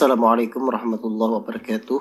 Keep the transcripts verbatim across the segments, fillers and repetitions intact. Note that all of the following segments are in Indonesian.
Assalamualaikum warahmatullahi wabarakatuh.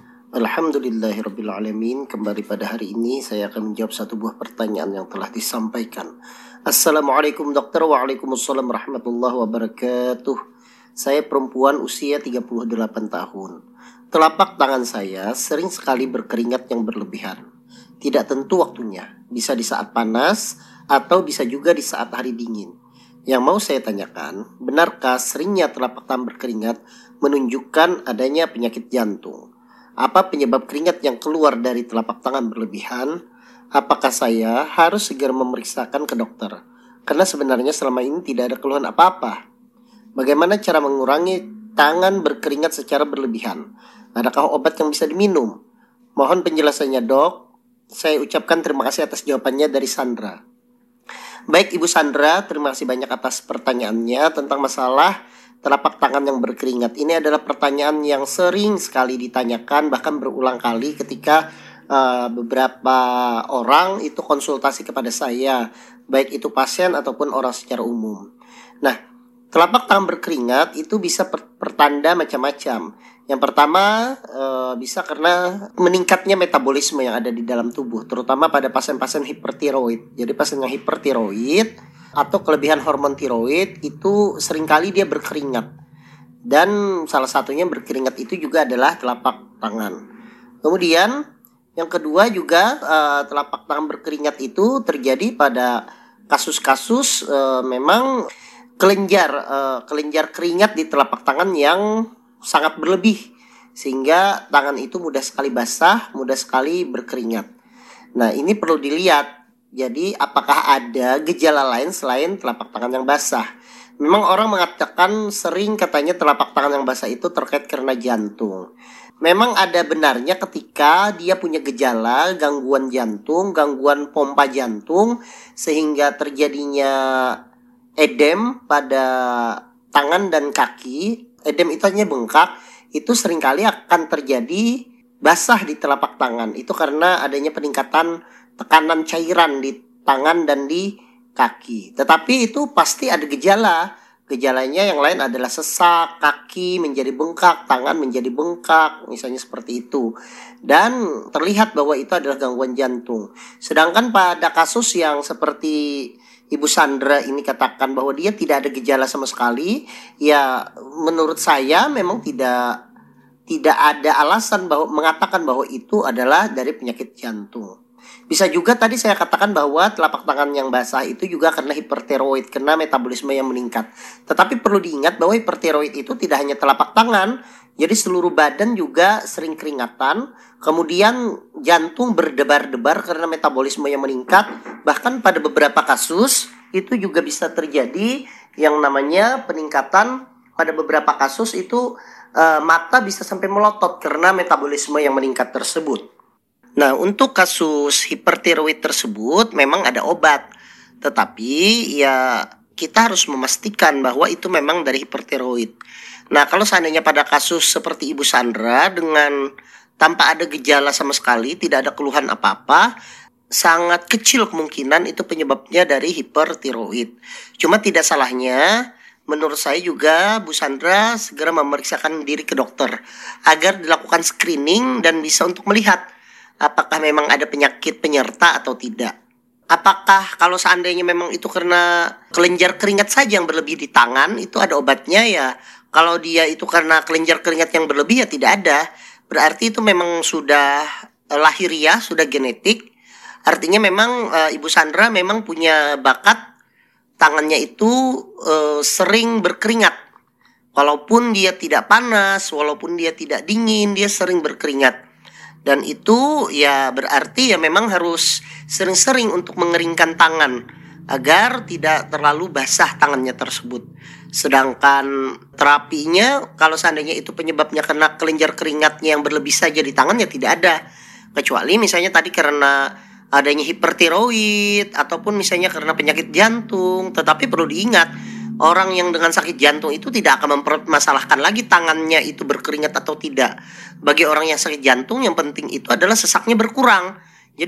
Alhamdulillahirrabbilalamin. Kembali pada hari ini saya akan menjawab satu buah pertanyaan yang telah disampaikan. Assalamualaikum dokter. Waalaikumsalam warahmatullahi wabarakatuh. Saya perempuan usia tiga puluh delapan tahun. Telapak tangan saya sering sekali berkeringat yang berlebihan. Tidak tentu waktunya, bisa di saat panas atau bisa juga di saat hari dingin. Yang mau saya tanyakan, benarkah seringnya telapak tangan berkeringat menunjukkan adanya penyakit jantung? Apa penyebab keringat yang keluar dari telapak tangan berlebihan? Apakah saya harus segera memeriksakan ke dokter? Karena sebenarnya selama ini tidak ada keluhan apa-apa. Bagaimana cara mengurangi tangan berkeringat secara berlebihan? Adakah obat yang bisa diminum? Mohon penjelasannya dok. Saya ucapkan terima kasih atas jawabannya dari Sandra. Baik Ibu Sandra, terima kasih banyak atas pertanyaannya tentang masalah telapak tangan yang berkeringat. Ini adalah pertanyaan yang sering sekali ditanyakan, bahkan berulang kali ketika uh, beberapa orang itu konsultasi kepada saya, baik itu pasien ataupun orang secara umum. Nah, telapak tangan berkeringat itu bisa per- pertanda macam-macam. Yang pertama e, bisa karena meningkatnya metabolisme yang ada di dalam tubuh, terutama pada pasien-pasien hipertiroid. Jadi pasien yang hipertiroid atau kelebihan hormon tiroid itu seringkali dia berkeringat. Dan salah satunya berkeringat itu juga adalah telapak tangan. Kemudian yang kedua juga e, telapak tangan berkeringat itu terjadi pada kasus-kasus e, memang kelenjar e, kelenjar keringat di telapak tangan yang sangat berlebih, sehingga tangan itu mudah sekali basah, mudah sekali berkeringat. Nah, ini perlu dilihat. Jadi, apakah ada gejala lain selain telapak tangan yang basah? Memang orang mengatakan sering katanya telapak tangan yang basah itu terkait karena jantung. Memang ada benarnya ketika dia punya gejala gangguan jantung, gangguan pompa jantung, sehingga terjadinya edem pada tangan dan kaki. Edem itu hanya bengkak, itu seringkali akan terjadi basah di telapak tangan. Itu karena adanya peningkatan tekanan cairan di tangan dan di kaki. Tetapi itu pasti ada gejala. Gejalanya yang lain adalah sesak, kaki menjadi bengkak, tangan menjadi bengkak, misalnya seperti itu. Dan terlihat bahwa itu adalah gangguan jantung. Sedangkan pada kasus yang seperti Ibu Sandra ini katakan bahwa dia tidak ada gejala sama sekali, ya menurut saya memang tidak tidak ada alasan bahwa mengatakan bahwa itu adalah dari penyakit jantung. Bisa juga tadi saya katakan bahwa telapak tangan yang basah itu juga karena hipertiroid, karena metabolisme yang meningkat. Tetapi perlu diingat bahwa hipertiroid itu tidak hanya telapak tangan, jadi seluruh badan juga sering keringatan. Kemudian jantung berdebar-debar karena metabolisme yang meningkat. Bahkan pada beberapa kasus itu juga bisa terjadi yang namanya peningkatan. Pada beberapa kasus itu uh, mata bisa sampai melotot karena metabolisme yang meningkat tersebut. Nah, untuk kasus hipertiroid tersebut memang ada obat. Tetapi ya kita harus memastikan bahwa itu memang dari hipertiroid. Nah, kalau seandainya pada kasus seperti Ibu Sandra dengan tanpa ada gejala sama sekali, tidak ada keluhan apa-apa, sangat kecil kemungkinan itu penyebabnya dari hipertiroid. Cuma tidak salahnya menurut saya juga Bu Sandra segera memeriksakan diri ke dokter agar dilakukan screening dan bisa untuk melihat apakah memang ada penyakit penyerta atau tidak. Apakah kalau seandainya memang itu karena kelenjar keringat saja yang berlebih di tangan, itu ada obatnya ya. Kalau dia itu karena kelenjar keringat yang berlebih ya tidak ada. Berarti itu memang sudah lahiriah, sudah genetik. Artinya memang e, Ibu Sandra memang punya bakat tangannya itu e, sering berkeringat. Walaupun dia tidak panas, walaupun dia tidak dingin, dia sering berkeringat. Dan itu ya berarti ya memang harus sering-sering untuk mengeringkan tangan agar tidak terlalu basah tangannya tersebut. Sedangkan terapinya kalau seandainya itu penyebabnya karena kelenjar keringatnya yang berlebih saja di tangan ya tidak ada. Kecuali misalnya tadi karena adanya hipertiroid ataupun misalnya karena penyakit jantung. Tetapi perlu diingat, orang yang dengan sakit jantung itu tidak akan mempermasalahkan lagi tangannya itu berkeringat atau tidak. Bagi orang yang sakit jantung yang penting itu adalah sesaknya berkurang. Jadi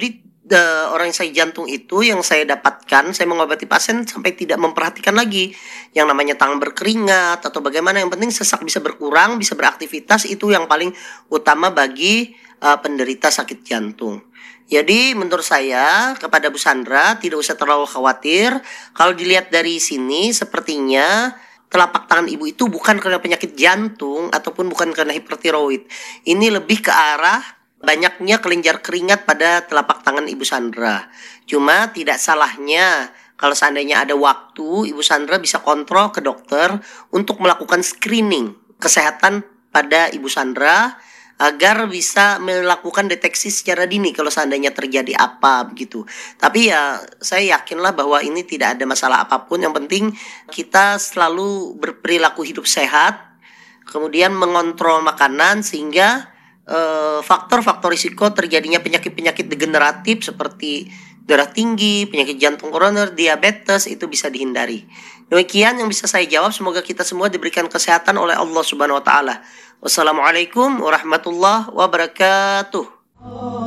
uh, orang yang sakit jantung itu yang saya dapatkan, saya mengobati pasien sampai tidak memperhatikan lagi yang namanya tangan berkeringat atau bagaimana. Yang penting sesak bisa berkurang, bisa beraktivitas, itu yang paling utama bagi uh, penderita sakit jantung. Jadi menurut saya kepada Bu Sandra tidak usah terlalu khawatir. Kalau dilihat dari sini sepertinya telapak tangan ibu itu bukan karena penyakit jantung ataupun bukan karena hipertiroid. Ini lebih ke arah banyaknya kelenjar keringat pada telapak tangan Ibu Sandra. Cuma tidak salahnya kalau seandainya ada waktu, Ibu Sandra bisa kontrol ke dokter untuk melakukan screening kesehatan pada Ibu Sandra agar bisa melakukan deteksi secara dini kalau seandainya terjadi apa begitu. Tapi ya saya yakinlah bahwa ini tidak ada masalah apapun. Yang penting kita selalu berperilaku hidup sehat, kemudian mengontrol makanan sehingga eh, faktor-faktor risiko terjadinya penyakit-penyakit degeneratif seperti darah tinggi, penyakit jantung koroner, diabetes itu bisa dihindari. Demikian yang bisa saya jawab. Semoga kita semua diberikan kesehatan oleh Allah Subhanahu wa taala. Wassalamualaikum warahmatullahi wabarakatuh.